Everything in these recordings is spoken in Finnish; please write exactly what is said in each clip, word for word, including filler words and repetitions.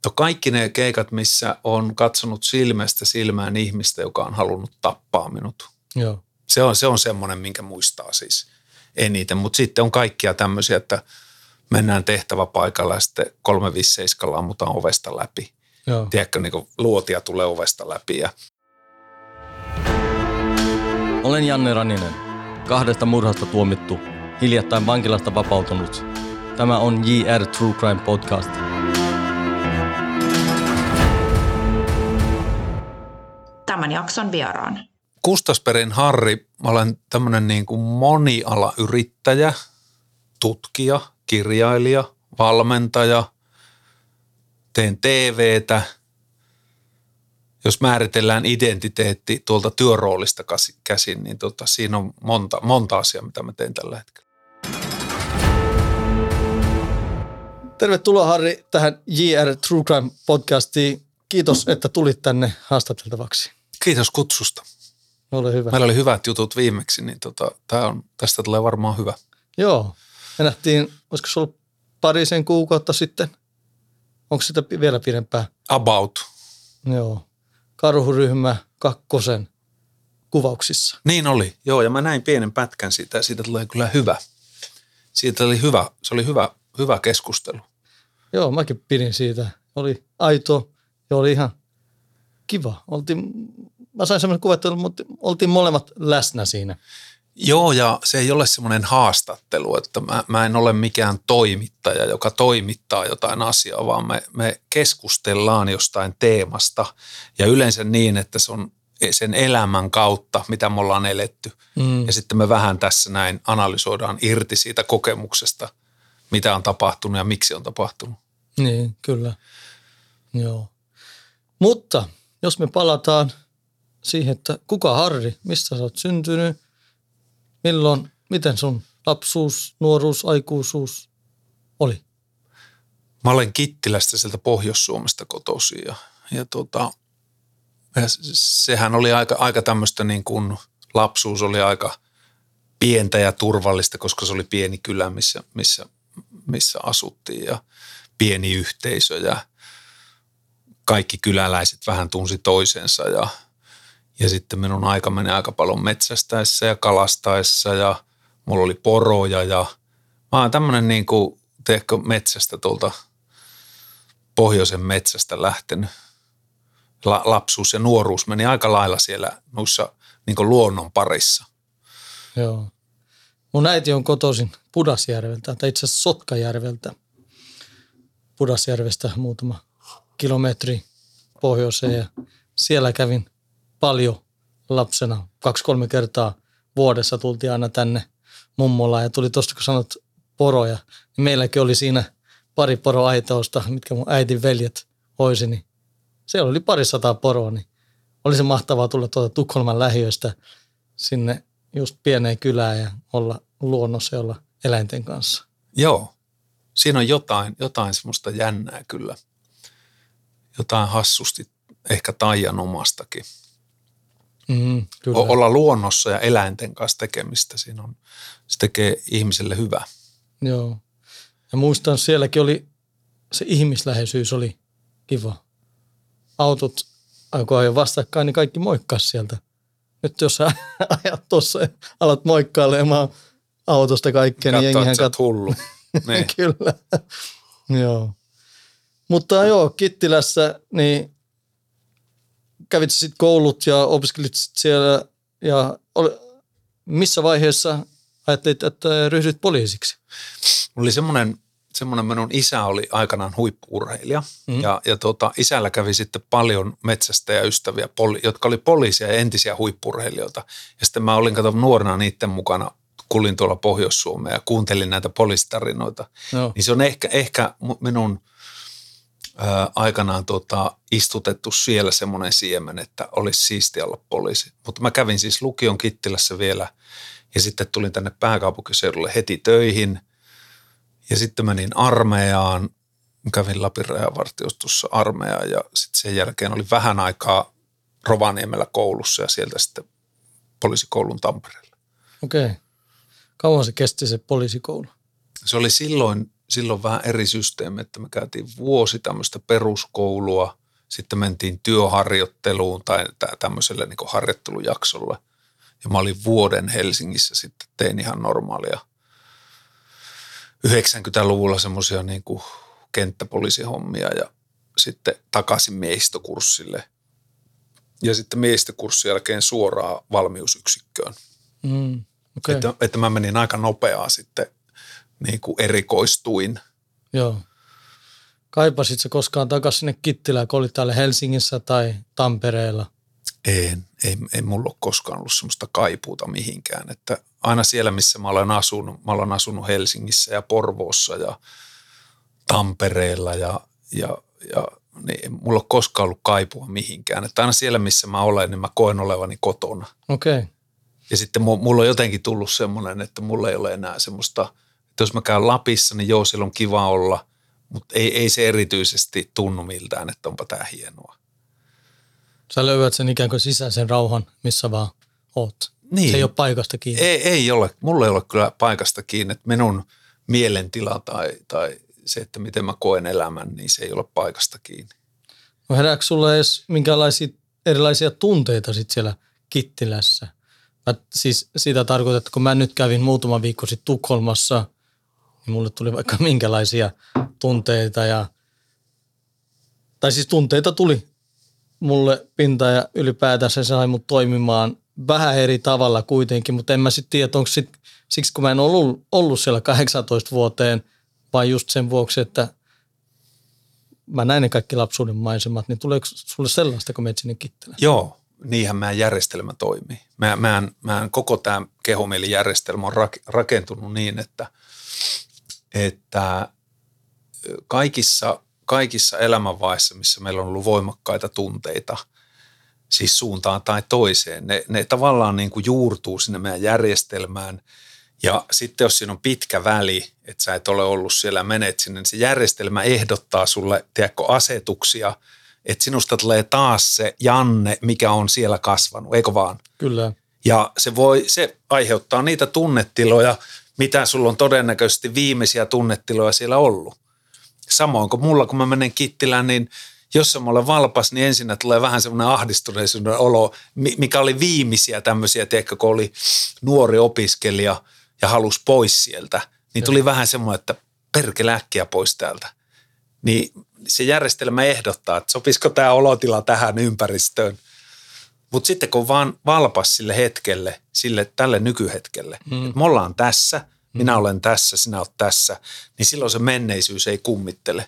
No kaikki ne keikat, missä on katsonut silmästä silmään ihmistä, joka on halunnut tappaa minut. Joo. Se on, se on semmoinen, minkä muistaa siis eniten. Mutta sitten on kaikkia tämmöisiä, että mennään tehtäväpaikalla ja sitten kolme viisi seitsemän ammutaan ovesta läpi. Joo. Tiedätkö, niin kuin luotia tulee ovesta läpi. Ja... Olen Janne Raninen, kahdesta murhasta tuomittu, hiljattain vankilasta vapautunut. Tämä on J R True Crime Podcast. Tämän jakson vieraan. Kustasperin Harri, mä olen tämmöinen niin kuin monialayrittäjä, tutkija, kirjailija, valmentaja, teen T V:tä. Jos määritellään identiteetti tuolta työroolista käsin, niin tota, siinä on monta, monta asiaa, mitä mä teen tällä hetkellä. Tervetuloa Harri tähän J R True Crime Podcastiin. Kiitos, että tulit tänne haastateltavaksi. Kiitos kutsusta. Ole hyvä. Meillä oli hyvät jutut viimeksi, niin tota, tää on, tästä tulee varmaan hyvä. Joo. Me nähtiin, olisiko se ollut parisen kuukautta sitten? Onko sitä vielä pidempään? About. Joo. Karhuryhmä kakkosen kuvauksissa. Niin oli, joo, ja mä näin pienen pätkän siitä, ja siitä tulee kyllä hyvä. Siitä oli hyvä, se oli hyvä, hyvä keskustelu. Joo, mäkin pidin siitä. Oli aito ja oli ihan kiva. Oltiin, mä sain semmoinen kuva, että oltiin molemmat läsnä siinä. Joo, ja se ei ole semmoinen haastattelu, että mä, mä en ole mikään toimittaja, joka toimittaa jotain asiaa, vaan me, me keskustellaan jostain teemasta ja yleensä niin, että se on sen elämän kautta, mitä me ollaan eletty. Mm. Ja sitten me vähän tässä näin analysoidaan irti siitä kokemuksesta, mitä on tapahtunut ja miksi on tapahtunut. Niin, kyllä. Joo. Mutta jos me palataan siihen, että kuka Harri, mistä sä oot syntynyt, milloin, miten sun lapsuus, nuoruus, aikuisuus oli? Mä olen Kittilästä sieltä Pohjois-Suomesta kotoisin ja, ja, tota, ja sehän oli aika, aika tämmöistä niin kuin lapsuus oli aika pientä ja turvallista, koska se oli pieni kylä, missä, missä, missä asuttiin ja pieni yhteisö ja kaikki kyläläiset vähän tunsi toisensa ja Ja sitten minun aika meni aika paljon metsästäessä ja kalastaessa ja mulla oli poroja ja mä oon tämmönen niin kuin, teekö metsästä tuolta pohjoisen metsästä lähtenyt. La, lapsuus ja nuoruus meni aika lailla siellä noissa niin kuin luonnon parissa. Joo. Mun äiti on kotoisin Pudasjärveltä, tai itse asiassa Sotkajärveltä. Pudasjärvestä muutama kilometri pohjoiseen ja siellä kävin paljon lapsena. Kaksi-kolme kertaa vuodessa tultiin aina tänne mummolaan ja tuli tuosta, kun sanot poroja. Niin meilläkin oli siinä pari poroaitausta, mitkä mun äitin veljet hoisi. Niin siellä oli pari sataa poroa, niin oli se mahtavaa tulla tuolta Tukholman lähiöstä sinne just pieneen kylään ja olla luonnossa ja olla eläinten kanssa. Joo, siinä on jotain, jotain semmoista jännää kyllä. Jotain hassusti ehkä taianomastakin. Mm, kyllä. O- olla luonnossa ja eläinten kanssa tekemistä, siinä on, se tekee ihmiselle hyvää. Joo. Ja muistan, sielläkin oli, se ihmisläheisyys oli kiva. Autot alkoi ajaa vastakkain, niin kaikki moikkasi sieltä. Nyt jos sä ajat tuossa ja alat moikkailemaan autosta kaikkea, niin jengihän katsot. hullu. Niin. Kyllä. Joo. Mutta joo, Kittilässä, niin kävit sitten koulut ja opiskelit sit siellä ja oli, missä vaiheessa ajattelit, että ryhdyt poliisiksi? Oli semmoinen, semmoinen minun isä oli aikanaan huippu-urheilija mm. ja, ja tota, isällä kävi sitten paljon metsästäjäystäviä, poli, jotka oli poliisia ja entisiä huippu-urheilijoita. Ja sitten mä olin kato nuorena niiden mukana, kuljin tuolla Pohjois-Suomea ja kuuntelin näitä poliisitarinoita. No. Niin se on ehkä, ehkä minun ää, aikanaan tota, istutettu siellä semmoinen siemen, että olisi siistiä olla poliisi. Mutta mä kävin siis lukion Kittilässä vielä ja sitten tulin tänne pääkaupunkiseudulle heti töihin. Ja sitten menin armeijaan, kävin Lapin rajavartiostossa armeijaan ja sitten sen jälkeen oli vähän aikaa Rovaniemellä koulussa ja sieltä sitten poliisikoulun Tampereella. Okei. Kauan se kesti se poliisikoulu? Se oli silloin, silloin vähän eri systeemi, että me käytiin vuosi tämmöistä peruskoulua, sitten mentiin työharjoitteluun tai tämmöiselle niin kuin harjoittelujaksolle. Ja mä olin vuoden Helsingissä sitten, tein ihan normaalia yhdeksänkymmentäluvulla semmoisia niin kuin kenttäpoliisihommia ja sitten takaisin miehistökurssille. Ja sitten miehistökurssin jälkeen suoraan valmiusyksikköön. Mm, okay. että, että mä menin aika nopeaa sitten, niin kuin erikoistuin. Joo. Kaipasit sä koskaan takaisin sinne Kittilään, kun olit täällä Helsingissä tai Tampereella? En, ei, ei mulla ole koskaan ollut semmoista kaipuuta mihinkään, että aina siellä, missä mä olen asunut, mä olen asunut Helsingissä ja Porvoossa ja Tampereella ja, ja, ja niin mulla ole koskaan ollut kaipua mihinkään, että aina siellä, missä mä olen, niin mä koen olevani kotona. Okei. Okay. Ja sitten mulla on jotenkin tullut semmoinen, että mulla ei ole enää semmoista, että jos mä käyn Lapissa, niin joo, siellä on kiva olla, mutta ei, ei se erityisesti tunnu miltään, että onpa tää hienoa. Sä löydät sen ikään kuin sisäisen rauhan, missä vaan oot. Niin. Se ei ole paikasta kiinni. Ei, ei ole. Mulla ei ole kyllä paikasta kiinni, että minun mielentila tai, tai se, että miten mä koen elämän, niin se ei ole paikasta kiinni. No herääkö sulle edes minkälaisia erilaisia tunteita sit siellä Kittilässä? Mä siis sitä tarkoitan, että kun mä nyt kävin muutama viikko sitten Tukholmassa, niin mulle tuli vaikka minkälaisia tunteita ja, tai siis tunteita tuli mulle pinta ja ylipäätään se sai mut toimimaan vähän eri tavalla kuitenkin, mutta en mä sitten tiedä, onko sit, siksi kun mä en ollut, ollut siellä kahdeksantoista vuoteen, vai just sen vuoksi, että mä näin ne kaikki lapsuuden maisemat, niin tuleeko sulle sellaista, kun menet sinne Kittilään? Joo, niinhän meidän järjestelmä toimii. Mä, mä, en, mä en, koko tämä kehomielijärjestelmä on rak, rakentunut niin, että, että kaikissa, kaikissa elämänvaiheissa, missä meillä on ollut voimakkaita tunteita, siis suuntaan tai toiseen, ne, ne tavallaan niin kuin juurtuu sinne meidän järjestelmään. Ja sitten jos siinä on pitkä väli, että sä et ole ollut siellä, menet sinne, niin se järjestelmä ehdottaa sulle, tiedätkö, asetuksia, että sinusta tulee taas se Janne, mikä on siellä kasvanut, eikö vaan? Kyllä. Ja se voi, se aiheuttaa niitä tunnetiloja, mitä sulla on todennäköisesti viimeisiä tunnetiloja siellä ollut. Samoin kuin mulla, kun mä menen Kittilään, niin jos mä olen valpas, niin ensinnä tulee vähän semmoinen ahdistuneisuuden olo, mikä oli viimeisiä tämmöisiä, tiedätkö, kun oli nuori opiskelija ja halusi pois sieltä, niin tuli vähän semmoinen, että perkele äkkiä pois täältä. Niin se järjestelmä ehdottaa, että sopisiko tämä olotila tähän ympäristöön. Mutta sitten kun vaan valpas sille hetkelle, sille tälle nykyhetkelle, mm. että me ollaan tässä, minä mm. olen tässä, sinä olet tässä, niin silloin se menneisyys ei kummittele.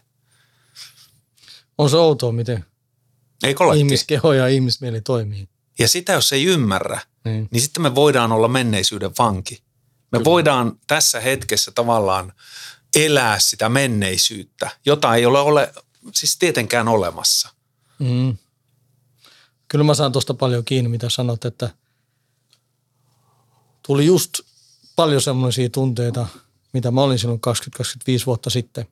On se outoa, miten ihmiskeho ja ihmismieli toimii. Ja sitä jos ei ymmärrä, niin, niin sitten me voidaan olla menneisyyden vanki. Me Kyllä. voidaan tässä hetkessä tavallaan elää sitä menneisyyttä, jota ei ole, ole siis tietenkään olemassa. Mm. Kyllä mä saan tuosta paljon kiinni, mitä sanot, että tuli just paljon semmoisia tunteita, mitä mä olin silloin kaksikymmentä kaksikymmentäviisi vuotta sitten.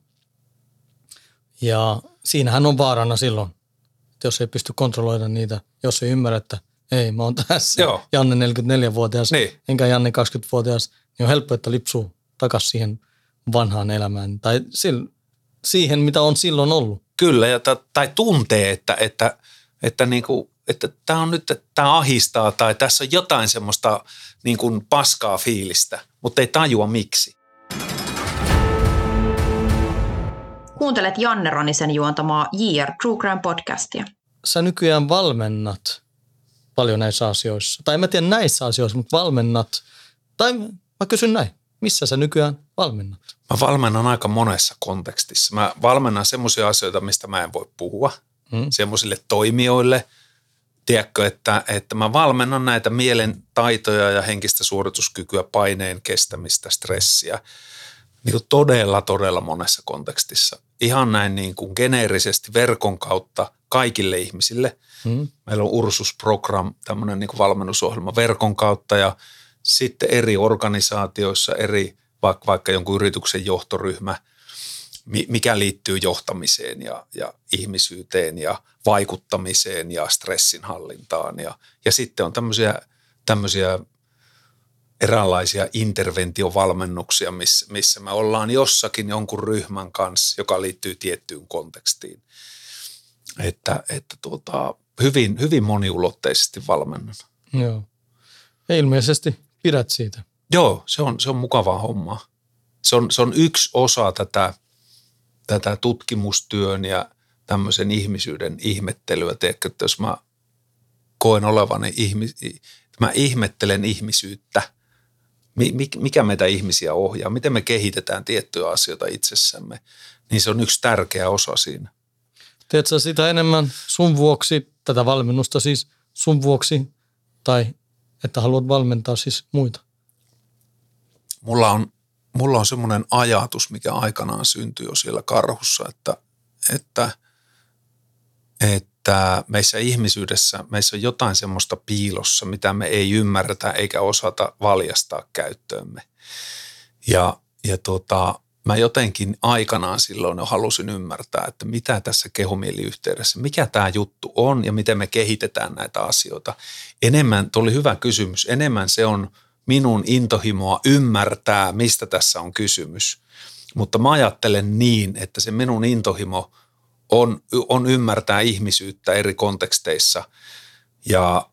Ja siinähän on vaarana silloin, että jos ei pysty kontrolloida niitä, jos ei ymmärrä, että ei, mä oon tässä. Joo. Janne neljäkymmentäneljävuotias, niin. enkä Janne kaksikymmentävuotias, niin on helppo, että lipsuu takaisin siihen vanhaan elämään tai siihen, mitä on silloin ollut. Kyllä, ja ta, tai tuntee, että, että, että, niinku, että tämä on nyt, että tämä ahistaa tai tässä on jotain semmoista niin kuin paskaa fiilistä, mutta ei tajua miksi. Kuuntelet Janne Ronisen juontamaa J R True Crime podcastia. Sä nykyään valmennat paljon näissä asioissa. Tai en mä tiedä näissä asioissa, mutta valmennat. Tai mä kysyn näin, missä sä nykyään valmennat? Mä valmennan aika monessa kontekstissa. Mä valmennan semmoisia asioita, mistä mä en voi puhua. Hmm. Semmoisille toimijoille. Tiedätkö, että, että mä valmennan näitä mielen taitoja ja henkistä suorituskykyä, paineen kestämistä, stressiä. Niin kuin todella, todella monessa kontekstissa. Ihan näin niin kuin geneerisesti verkon kautta kaikille ihmisille. Hmm. Meillä on Ursus Program, tämmöinen niin kuin valmennusohjelma verkon kautta ja sitten eri organisaatioissa, eri vaikka, vaikka jonkun yrityksen johtoryhmä, mikä liittyy johtamiseen ja, ja ihmisyyteen ja vaikuttamiseen ja stressinhallintaan. Ja, ja sitten on tämmöisiä, tämmöisiä eräänlaisia interventiovalmennuksia, missä, missä me ollaan jossakin jonkun ryhmän kanssa, joka liittyy tiettyyn kontekstiin. Että, että tuota, hyvin, hyvin moniulotteisesti valmennan. Joo. Ja ilmeisesti pidät siitä. Joo, se on, se on mukavaa hommaa. Se on, se on yksi osa tätä, tätä tutkimustyön ja tämmöisen ihmisyyden ihmettelyä. Tiedätkö, että jos mä koen olevani ihmis, mä ihmettelen ihmisyyttä, mikä meitä ihmisiä ohjaa, miten me kehitetään tiettyjä asioita itsessämme, niin se on yksi tärkeä osa siinä. Teet sä sitä enemmän sun vuoksi, tätä valmennusta siis sun vuoksi, tai että haluat valmentaa siis muita? Mulla on, mulla on semmoinen ajatus, mikä aikanaan syntyi jo siellä Karhussa, että, että, että meissä ihmisyydessä, meissä on jotain semmoista piilossa, mitä me ei ymmärretä eikä osata valjastaa käyttöömme. Ja, ja tota, mä jotenkin aikanaan silloin jo halusin ymmärtää, että mitä tässä kehomieliyhteydessä, mikä tämä juttu on ja miten me kehitetään näitä asioita. Enemmän, tuo oli hyvä kysymys, enemmän se on minun intohimoa ymmärtää, mistä tässä on kysymys. Mutta mä ajattelen niin, että se minun intohimo on, on ymmärtää ihmisyyttä eri konteksteissa. Ja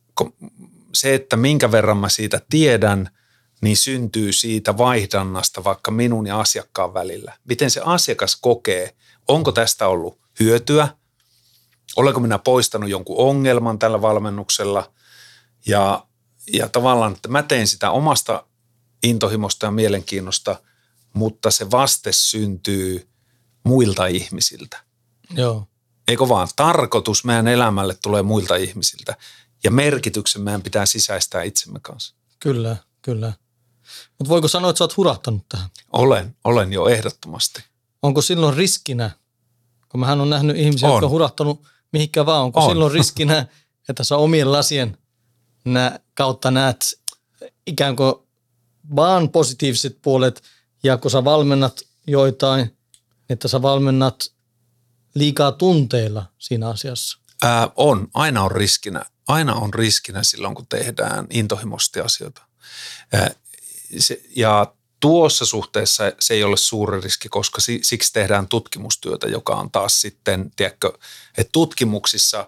se, että minkä verran mä siitä tiedän, niin syntyy siitä vaihdannasta vaikka minun ja asiakkaan välillä. Miten se asiakas kokee, onko tästä ollut hyötyä, olenko minä poistanut jonkun ongelman tällä valmennuksella ja, ja tavallaan, että mä teen sitä omasta intohimosta ja mielenkiinnosta, mutta se vaste syntyy muilta ihmisiltä. Joo. Eikö vaan tarkoitus meidän elämälle tulee muilta ihmisiltä ja merkityksen meidän pitää sisäistää itsemme kanssa. Kyllä, kyllä. Mutta voiko sanoa, että sä oot hurahtanut tähän? Olen, olen jo ehdottomasti. Onko silloin riskinä, kun mähän on nähnyt ihmisiä, on. jotka on hurahtanut mihinkään vaan, onko on. silloin riskinä, että sä omien lasien nä- kautta näet ikään kuin vaan positiiviset puolet, ja kun sä valmennat joitain, että sä valmennat liikaa tunteilla siinä asiassa? Ää, on, aina on riskinä. Aina on riskinä silloin, kun tehdään intohimoisesti asioita. Ää, se, ja tuossa suhteessa se ei ole suuri riski, koska siksi tehdään tutkimustyötä, joka on taas sitten, tiedätkö, että tutkimuksissa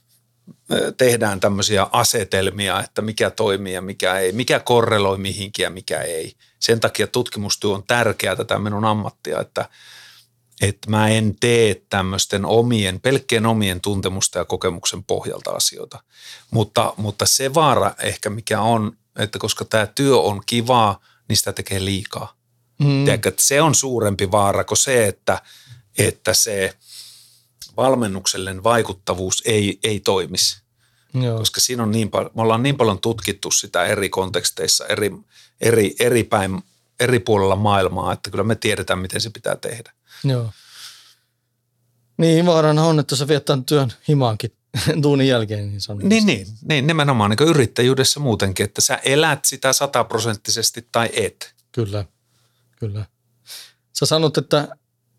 tehdään tämmöisiä asetelmia, että mikä toimii ja mikä ei, mikä korreloi mihinkin ja mikä ei. Sen takia tutkimustyö on tärkeää tätä minun ammattia, että, että mä en tee tämmöisten omien, pelkkien omien tuntemusta ja kokemuksen pohjalta asioita. Mutta, mutta se vaara ehkä mikä on, että koska tämä työ on kivaa, niin sitä tekee liikaa. Mm. Tiedätkö, että se on suurempi vaara kuin se, että, että se valmennuksellinen vaikuttavuus ei, ei toimisi. Joo. Koska siinä on niin paljon, me ollaan niin paljon tutkittu sitä eri konteksteissa, eri, eri, eri, päin, eri puolella maailmaa, että kyllä me tiedetään, miten se pitää tehdä. Joo. Niin, vaarana on, että sä viet tämän työn himaankin duunin jälkeen. Niin, niin, niin, niin nimenomaan niin yrittäjyydessä muutenkin, että sä elät sitä sataprosenttisesti tai et. Kyllä, kyllä. Sä sanot, että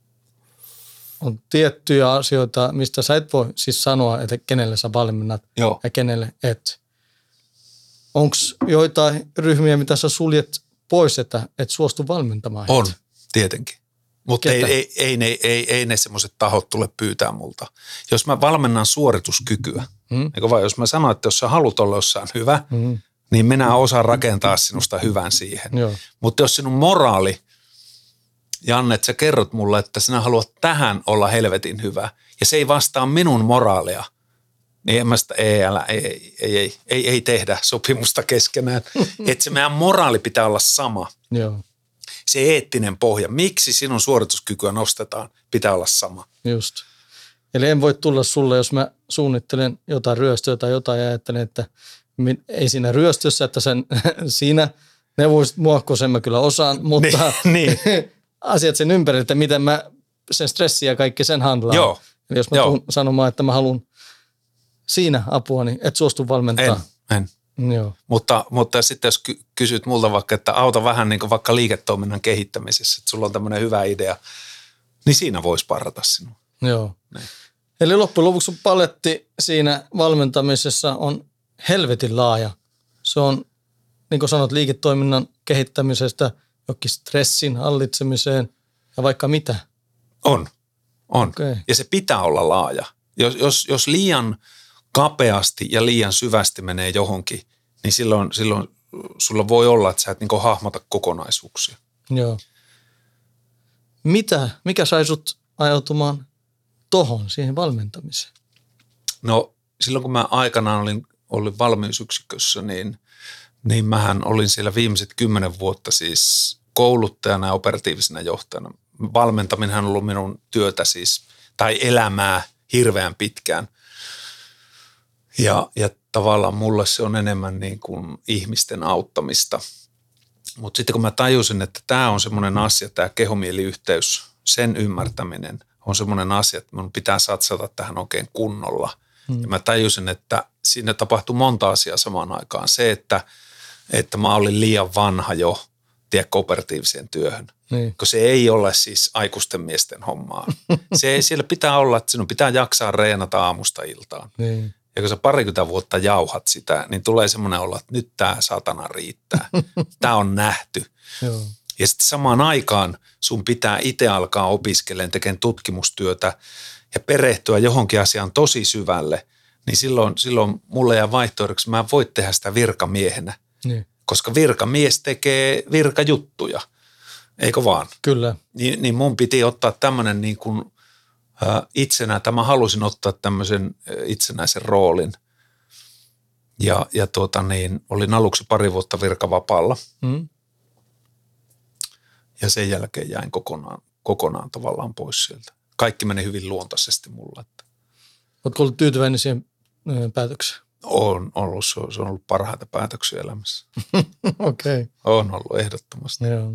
on tiettyjä asioita, mistä sä et voi siis sanoa, että kenelle sä valmennat Joo. ja kenelle et. Onko joitain ryhmiä, mitä sä suljet pois, että et suostu valmentamaan? On, heitä? Tietenkin. Mutta ei, Ketä? ei, ei, ei, ei, ei ne semmoiset tahot tule pyytää multa. Jos mä valmennan suorituskykyä, hmm. eikö vai, jos mä sanon, että jos sä haluat olla jossain hyvä, hmm. niin minä osaan rakentaa sinusta hyvän siihen. Mutta jos sinun moraali, Janne, että sä kerrot mulle, että sinä haluat tähän olla helvetin hyvä, ja se ei vastaa minun moraalia, niin en mä sitä, ei, älä, ei, ei, ei, ei, ei, ei tehdä sopimusta keskenään. Että se meidän moraali pitää olla sama. Joo. Se eettinen pohja, miksi sinun suorituskykyä nostetaan, pitää olla sama. Just. Eli en voi tulla sulle, jos mä suunnittelen jotain ryöstöä tai jotain ja ajattelen, että ei siinä ryöstössä, että sen, siinä neuvoisit mua, kun sen mä kyllä osaan, mutta niin, niin. asiat sen ympärillä, että miten mä sen stressi ja kaikki sen handlaan. Joo. Eli jos mä Joo. tuun sanomaan, että mä haluan siinä apua, niin et suostu valmentaa. En, en. Joo. Mutta, mutta sitten jos ky- kysyt multa vaikka, että auta vähän niin kuin vaikka liiketoiminnan kehittämisessä, että sulla on tämmöinen hyvä idea, niin siinä voisi parata sinua. Joo. Näin. Eli loppujen lopuksi sun paletti siinä valmentamisessa on helvetin laaja. Se on niin kuin sanot, liiketoiminnan kehittämisestä jokin stressin hallitsemiseen ja vaikka mitä? On, on. Okay. Ja se pitää olla laaja. Jos, jos, jos liian kapeasti ja liian syvästi menee johonkin, niin silloin, silloin sulla voi olla, että sä et niin kuin hahmota kokonaisuuksia. Joo. Mitä, mikä sai sut ajautumaan tohon, siihen valmentamiseen? No silloin kun mä aikanaan olin, olin valmiusyksikössä, niin, niin mähän olin siellä viimeiset kymmenen vuotta siis kouluttajana ja operatiivisena johtajana. Valmentaminenhan on ollut minun työtä siis, tai elämää hirveän pitkään. Ja, ja tavallaan mulle se on enemmän niin kuin ihmisten auttamista. Mutta sitten kun mä tajusin, että tämä on semmoinen asia, tämä kehomieliyhteys, sen ymmärtäminen on semmoinen asia, että mun pitää satsata tähän oikein kunnolla. Hmm. Ja mä tajusin, että siinä tapahtui monta asiaa samaan aikaan. Se, että, että mä olin liian vanha jo, tiedätkö, operatiiviseen työhön. Niin. Kun se ei ole siis aikuisten miesten hommaa. Se, siellä pitää olla, että sinun pitää jaksaa reenata aamusta iltaan. Niin. Ja kun sä parikymmentä vuotta jauhat sitä, niin tulee semmoinen olla, että nyt tämä satana riittää. Tämä on nähty. Joo. Ja sitten samaan aikaan sun pitää itse alkaa opiskelemaan, tekemään tutkimustyötä ja perehtyä johonkin asiaan tosi syvälle. Niin silloin, silloin mulle jää vaihtoehdoksi, mä en voi tehdä sitä virkamiehenä. Niin. Koska virkamies tekee virkajuttuja, eikö vaan? Kyllä. Niin, niin mun piti ottaa tämmöinen niin kuin itsenä, tämä halusin ottaa tämmöisen itsenäisen roolin. Ja, ja tuota niin, olin aluksi pari vuotta virkavapaalla. Mm. Ja sen jälkeen jäin kokonaan, kokonaan tavallaan pois sieltä. Kaikki meni hyvin luontaisesti mulle. Oletko ollut tyytyväinen siihen päätökseen? On ollut, se on ollut parhaita päätöksiä elämässä. Okei. Okay. On ollut ehdottomasti. Joo.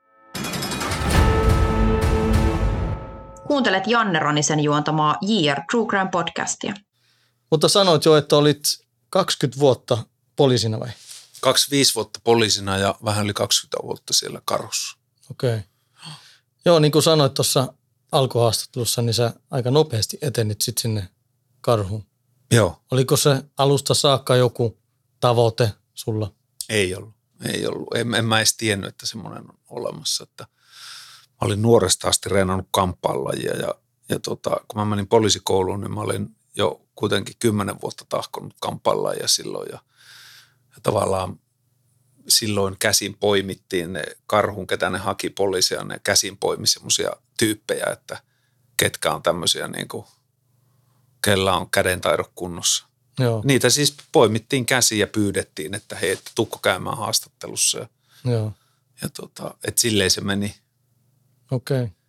Kuuntelet Janne Ronisen juontamaa J R True Crime podcastia. Mutta sanoit jo, että olit kaksikymmentä vuotta poliisina vai? kaksikymmentäviisi vuotta poliisina ja vähän yli kaksikymmentä vuotta siellä karussa. Okei. Okay. Joo, niin kuin sanoit tuossa alkuhaastattelussa, niin sä aika nopeasti etenit sitten sinne karhuun. Joo. Oliko se alusta saakka joku tavoite sulla? Ei ollut. Ei ollut. En, en mä edes tiennyt, että semmoinen on olemassa. Että mä olin nuoresta asti reenannut kamppailajia ja, ja tota, kun mä menin poliisikouluun, niin mä olin jo kuitenkin kymmenen vuotta tahkonut kamppailajia silloin. Ja, ja tavallaan silloin käsin poimittiin ne karhun, ketä ne haki poliisia, ne käsin poimi semmoisia tyyppejä, että ketkä on tämmöisiä niin kuin kellä on kädentaidot kunnossa. Joo. Niitä siis poimittiin käsiin ja pyydettiin, että hei, että tukko käymään haastattelussa. Ja, Joo. ja tota, että silleen se meni. Okei. Okay.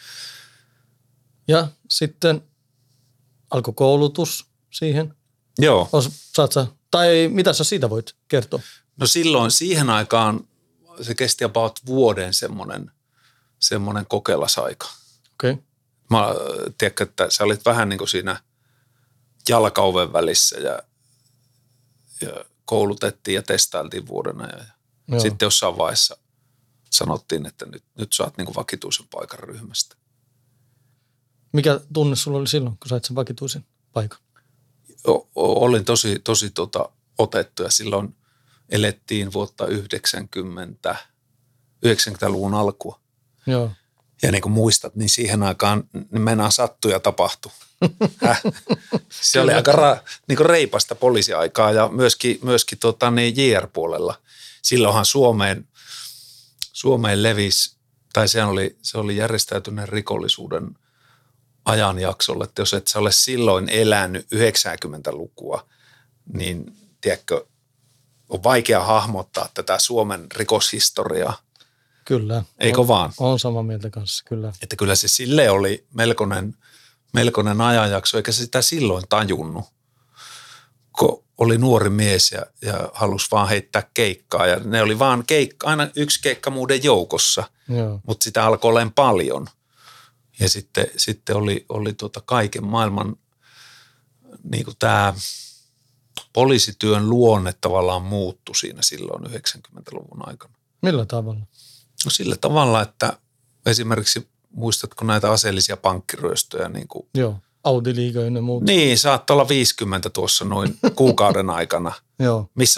Ja sitten alkoi koulutus siihen. Joo. Osaat sä, tai mitä sä siitä voit kertoa? No silloin siihen aikaan se kesti about vuoden semmoinen, semmoinen kokeilasaika. Okei. Okay. Mä tiedätkö, että sä olit vähän niin kuin siinä jalkaoven välissä ja, ja koulutettiin ja testailtiin vuoden ajan. Ja sitten jossain vaiheessa sanottiin, että nyt, nyt saat niin kuin vakituisen paikan ryhmästä. Mikä tunne sulla oli silloin, kun sait sen vakituisen paikan? O, olin tosi, tosi tota, otettu ja silloin elettiin vuotta yhdeksänkymmentä, yhdeksänkymmentäluvun alkua. Joo. Ja niin kuin muistat, niin siihen aikaan mennään sattui ja tapahtui. Se oli aika ra, niin kuin reipasta poliisiaikaa ja myöskin, myöskin tota, niin J R-puolella. Silloinhan Suomeen, Suomeen levisi, tai se oli, se oli järjestäytyneen rikollisuuden ajanjaksolla, että jos et sä ole silloin elänyt yhdeksänkymmentälukua, niin tiedätkö, on vaikea hahmottaa tätä Suomen rikoshistoriaa. Kyllä. Eikö on, vaan? On samaa mieltä kanssa, kyllä. Että kyllä se sille oli melkoinen, melkoinen ajanjakso, eikä se sitä silloin tajunnut, kun oli nuori mies ja, ja halusi vaan heittää keikkaa. Ja ne oli vaan keikka, aina yksi keikka muuden joukossa, Joo. mutta sitä alkoi olemaan paljon. Ja sitten, sitten oli, oli tuota kaiken maailman, niin kuin tämä poliisityön luonne tavallaan muuttui siinä silloin yhdeksänkymmentäluvun aikana. Millä tavalla? No sillä tavalla, että esimerkiksi muistatko näitä aseellisia pankkiryöstöjä? Niin kuin, Joo, Audi-liiga ja ne muut. Niin, saattoi olla viisikymmentä tuossa noin kuukauden aikana, Joo. missä oli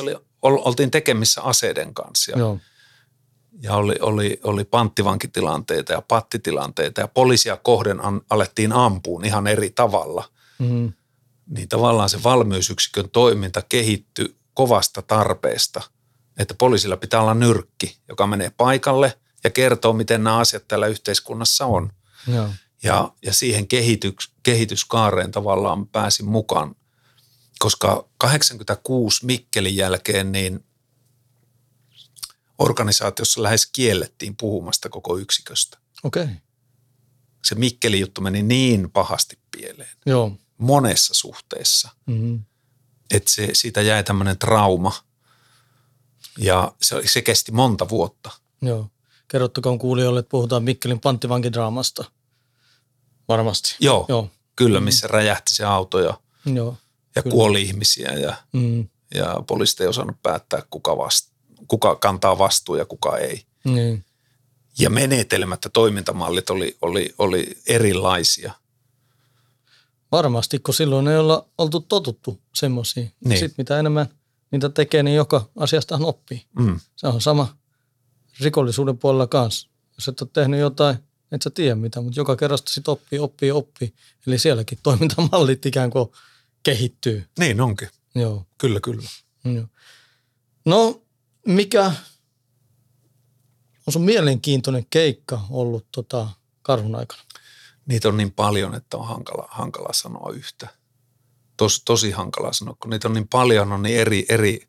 oltiin tekemissä aseiden kanssa ja, Joo. ja oli, oli, oli panttivankitilanteita ja pattitilanteita ja poliisia kohden an, alettiin ampuun ihan eri tavalla. Mm. Niin tavallaan se valmiusyksikön toiminta kehittyi kovasta tarpeesta, että poliisilla pitää olla nyrkki, joka menee paikalle ja kertoo, miten nämä asiat täällä yhteiskunnassa on. Joo. Ja, ja siihen kehitys, kehityskaareen tavallaan pääsin mukaan, koska kahdeksankymmentäkuusi Mikkelin jälkeen niin organisaatiossa lähes kiellettiin puhumasta koko yksiköstä. Okei. Okay. Se Mikkelin juttu meni niin pahasti pieleen Joo. monessa suhteessa, Mm-hmm. että se, siitä jäi tämmöinen trauma ja se, se kesti monta vuotta. Joo. Kerrottakoon kuulijoille, että puhutaan Mikkelin panttivankidraamasta. Varmasti. Joo, Joo. kyllä, missä mm. räjähti se auto ja, Joo. ja kuoli ihmisiä ja, Mm. ja poliisit ei osannut päättää, kuka, vast, kuka kantaa vastuun ja kuka ei. Niin. Ja menetelmät ja toimintamallit oli, oli, oli erilaisia. Varmasti, kun silloin ei olla oltu totuttu semmoisiin. Niin. Sitten mitä enemmän niitä tekee, niin joka asiastahan oppii. Mm. Se on sama rikollisuuden puolella kanssa. Jos et ole tehnyt jotain, et sä tiedä mitä, mutta joka kerrasta sit oppii, oppii, oppii. Eli sielläkin toimintamallit ikään kuin kehittyy. Niin onkin. Joo. Kyllä, kyllä. Joo. No, mikä on sun mielenkiintoinen keikka ollut tota Karhun aikana? Niitä on niin paljon, että on hankala, hankala sanoa yhtä. Tos, tosi hankala sanoa, kun niitä on niin paljon, on niin eri, eri,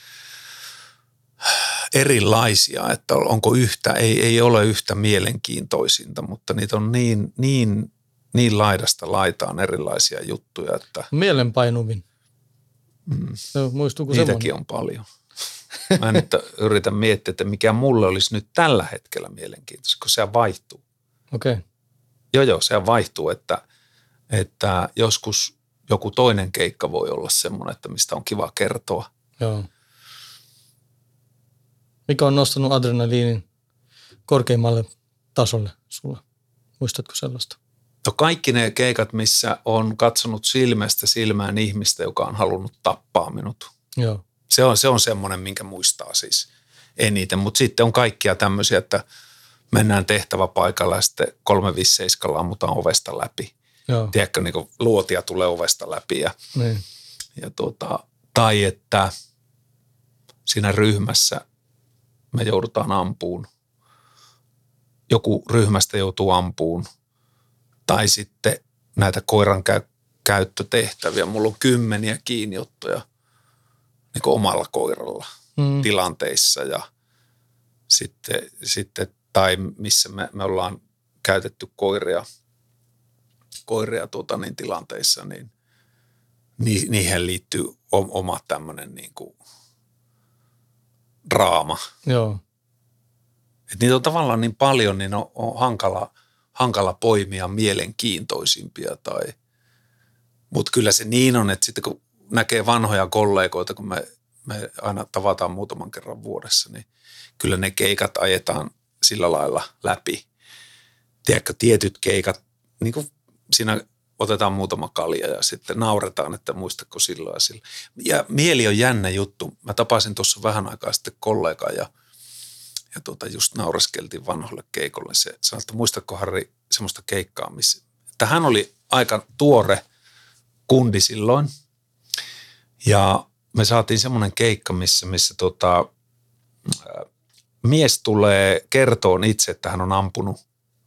erilaisia, että onko yhtä, ei, ei ole yhtä mielenkiintoisinta, mutta niitä on niin, niin, niin laidasta laitaan erilaisia juttuja, että Mielenpainuvin. mm, No, muistuuko niitäkin semmoinen? on paljon. Mä nyt yritän miettiä, että mikä mulle olisi nyt tällä hetkellä mielenkiintoista, kun se vaihtuu. Okei. Okay. Joo, joo, se vaihtuu, että, että joskus joku toinen keikka voi olla semmoinen, että mistä on kiva kertoa. Joo. Mikä on nostanut adrenaliinin korkeimmalle tasolle sulla? Muistatko sellaista? No kaikki ne keikat, missä on katsonut silmästä silmään ihmistä, joka on halunnut tappaa minut. Joo. Se on, se on semmoinen, minkä muistaa siis eniten, mutta sitten on kaikkia tämmöisiä, että mennään tehtäväpaikalla ja sitten kolme viisi seitsemän ammutaan ovesta läpi. Joo. Tiedätkö, niin kuin luotia tulee ovesta läpi ja, Niin. ja tuota, tai että siinä ryhmässä me joudutaan ampuun. Joku ryhmästä joutuu ampuun. Tai sitten näitä koiran käy- käyttötehtäviä. Mulla on kymmeniä kiinniottoja niin kuin omalla koiralla Mm. tilanteissa ja sitten, sitten tai missä me, me ollaan käytetty koiria, koiria tuota, niin tilanteissa, niin ni, niihin liittyy oma tämmöinen niin kuin draama. Joo. Et niitä on tavallaan niin paljon, niin on, on hankala, hankala poimia mielenkiintoisimpia. Tai, mutta kyllä se niin on, että sitten kun näkee vanhoja kollegoita, kun me, me aina tavataan muutaman kerran vuodessa, niin kyllä ne keikat ajetaan sillä lailla läpi. Tiedätkö, tietyt keikat, niin kuin siinä otetaan muutama kalja ja sitten nauretaan, että muistatko silloin ja silloin. Ja mieli on jännä juttu. Mä tapasin tuossa vähän aikaa sitten kollegaa ja, ja tuota, just naureskeltiin vanhoille keikolle. Se sanoi, että muistatko Harri semmoista keikkaa, missä, että hän oli aika tuore kundi silloin ja me saatiin semmoinen keikka, missä, missä tota, mies tulee kertoon itse, että hän on ampunut,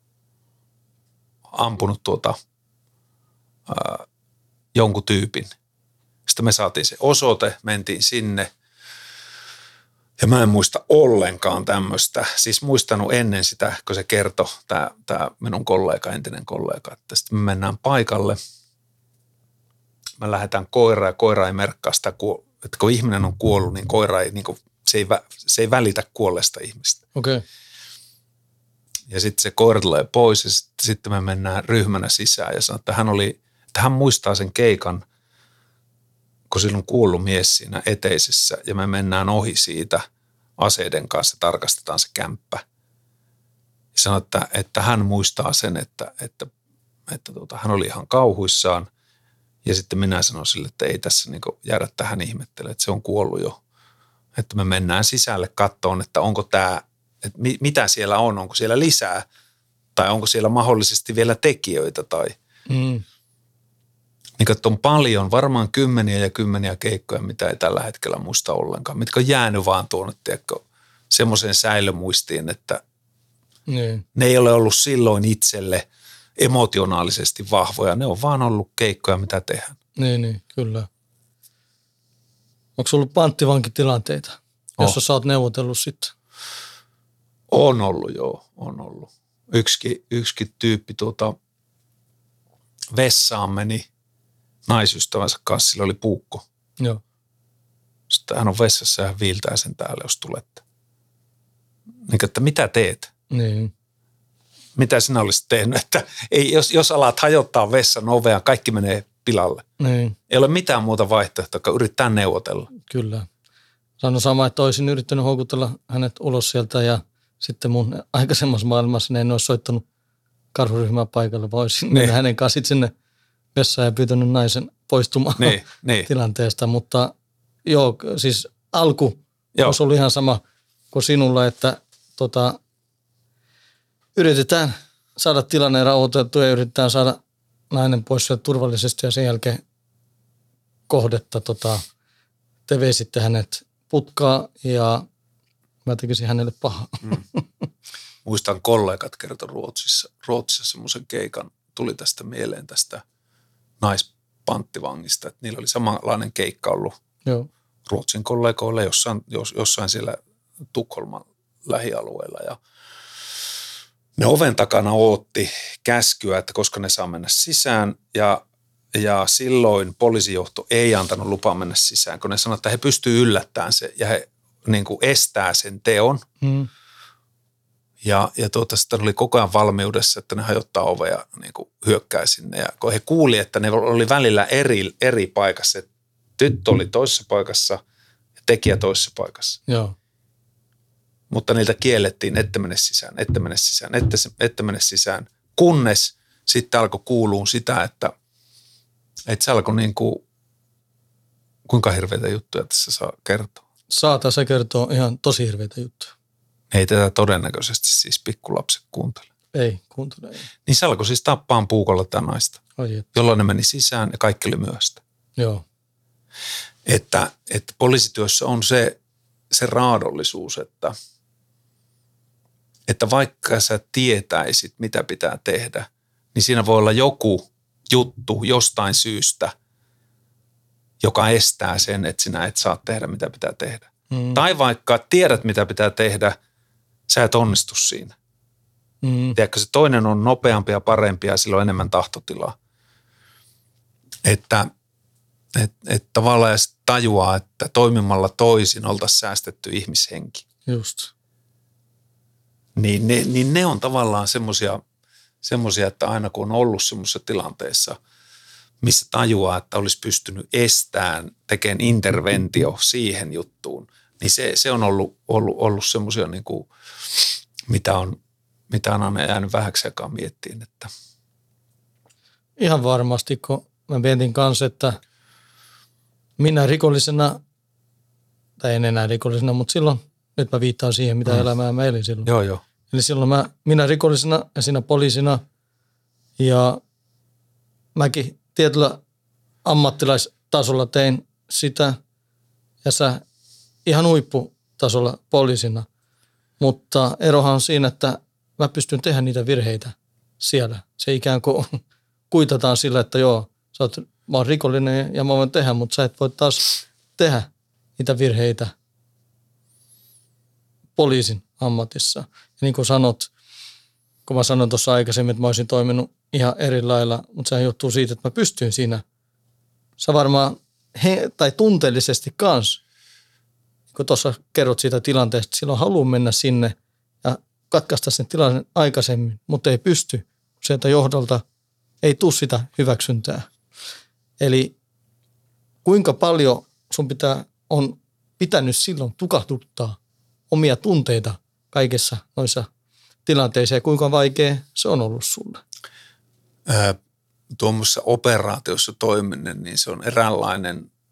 ampunut tuota, ää, jonkun tyypin. Sitten me saatiin se osoite, mentiin sinne ja mä en muista ollenkaan tämmöistä. Siis muistanut ennen sitä, kun se kertoi, tämä, tämä minun kollega, entinen kollega, että sitten me mennään paikalle. Me lähdetään koiraan ja koira ei merkkaa sitä, että kun ihminen on kuollut, niin koira ei, niin kuin, se, ei, se ei välitä kuolleesta ihmistä. Okei. Okay. Ja sitten se koira tulee pois ja sit, sitten me mennään ryhmänä sisään ja sanoo, että hän, oli, että hän muistaa sen keikan, kun sillä on kuollut mies siinä eteisessä ja me mennään ohi siitä aseiden kanssa, tarkastetaan se kämppä. Ja sanoo, että, että hän muistaa sen, että, että, että tuota, hän oli ihan kauhuissaan. Ja sitten minä sanoin sille, että ei tässä niin jäädä tähän ihmettelemään, että se on kuollut jo. että me mennään sisälle kattoon, että onko tämä, että mi, mitä siellä on, onko siellä lisää tai onko siellä mahdollisesti vielä tekijöitä tai Mm. niin että on paljon, varmaan kymmeniä ja kymmeniä keikkoja, mitä ei tällä hetkellä muista ollenkaan, mitkä on jäänyt vaan tuonne, tiedätkö, semmoiseen säilömuistiin, että Niin. ne ei ole ollut silloin itselle emotionaalisesti vahvoja, ne on vaan ollut keikkoja, mitä tehdään. Niin, niin, kyllä. Onko sulla ollut panttivankitilanteita, jossa Oh. sä oot neuvotellut sitten? On ollut, joo, on ollut. Yksikin, yksikin tyyppi tuota vessaan meni naisystävänsä kanssa, sillä oli puukko. Joo. Sitten hän on vessassa ja hän viiltää sen päälle, jos tulette. Niin, että mitä teet? Niin. Mitä sinä olisit tehnyt? Että ei, jos, jos alat hajottaa vessan ovea, kaikki menee pilalle. Niin, Ei ole mitään muuta vaihtoehtoa, kun yrittää neuvotella. kyllä. Sano sama, että olisin yrittänyt houkutella hänet ulos sieltä ja sitten mun aikaisemmassa maailmassa ne en olisi soittanut karhuryhmää paikalle, vaan olisin Niin. hänen kanssa sitten sinne vessaan ja pyytänyt naisen poistumaan Niin, niin. tilanteesta. Mutta joo, siis alku Joo. olisi ollut ihan sama kuin sinulla, että tota, yritetään saada tilanne rauhoitettua ja yritetään saada nainen pois sieltä turvallisesti ja sen jälkeen kohdetta tota, te veisitte hänet putkaa ja mä tekisin hänelle pahaa. Mm. Muistan kollegat kertoi Ruotsissa, Ruotsissa semmoisen keikan, tuli tästä mieleen tästä naispanttivangista, että niillä oli samanlainen keikka ollut Joo. Ruotsin kollegoille jossain, jos, jossain siellä Tukholman lähialueella ja ne oven takana ootti käskyä, että koska ne saa mennä sisään ja, ja silloin poliisijohto ei antanut lupaa mennä sisään, kun ne sanoivat, että he pystyvät yllättämään se ja he niin kuin estää sen teon. Mm. Ja, ja tuota, sitten oli koko ajan valmiudessa, että ne hajottaa ovea ja niin kuin hyökkää sinne. Ja kun he kuuli, että ne oli välillä eri, eri paikassa, että tyttö oli toisessa paikassa ja tekijä toisessa paikassa. Joo. Mutta niiltä kiellettiin, että mene sisään, että mene sisään, että, että mene sisään. Kunnes sitten alkoi kuulua sitä, että, että se alkoi niin kuin, kuinka hirveitä juttuja tässä saa kertoa. Saata se kertoo ihan tosi hirveitä juttuja. Ei tätä todennäköisesti siis pikkulapset kuuntele. Ei, kuuntele ei. Niin se alkoi siis tappaan puukolla tämä naista, Ai et. jolloin ne meni sisään ja kaikki oli myöstä. Joo. Että, että poliisityössä on se, se raadollisuus, että, että vaikka sä tietäisit, mitä pitää tehdä, niin siinä voi olla joku juttu jostain syystä, joka estää sen, että sinä et saa tehdä, mitä pitää tehdä. Mm. Tai vaikka tiedät, mitä pitää tehdä, sä et onnistu siinä. Mm. Tiedätkö, se toinen on nopeampi ja parempi ja sillä on enemmän tahtotilaa. Että et, et tavallaan ja sit tajuaa, että toimimalla toisin oltaisiin säästetty ihmishenki. Just. Niin ne, niin ne on tavallaan semmoisia, semmoisia, että aina kun on ollut semmoisessa tilanteessa, missä tajuaa, että olisi pystynyt estämään, tekemään interventio siihen juttuun, niin se, se on ollut, ollut, ollut semmoisia, niin kuin, mitä, on, mitä on aina jäänyt vähäksi aikaa miettiin. Että. Ihan varmasti, kun mä mietin kanssa, että minä rikollisena, tai en enää rikollisena, mutta silloin, nyt mä viittaan siihen, mitä mm. elämää mä elin silloin. Joo, joo. Eli silloin mä, minä rikollisena ja sinä poliisina ja mäkin tietyllä ammattilaistasolla tein sitä ja sä ihan huipputasolla poliisina. Mutta erohan on siinä, että mä pystyn tehdä niitä virheitä siellä. Se ikään kuin kuitataan sillä, että joo, sä oot, mä oon rikollinen ja mä voin tehdä, mutta sä et voi taas tehdä niitä virheitä poliisin ammatissa. Ja niin kuin sanot, kun mä sanoin tuossa aikaisemmin, että mä olisin toiminut ihan eri lailla, mutta sehän johtuu siitä, että mä pystyin siinä. Sä varmaan, he, tai tunteellisesti kans, kun tuossa kerrot siitä tilanteesta, että silloin haluan mennä sinne ja katkaista sen tilanne aikaisemmin, mutta ei pysty. Sieltä johdolta ei tule sitä hyväksyntää. Eli kuinka paljon sun pitää, on pitänyt silloin tukahduttaa omia tunteita kaikessa noissa tilanteissa ja kuinka vaikea se on ollut sulle? Öö, tuommoisessa operaatiossa toiminen, niin se on eräänlainen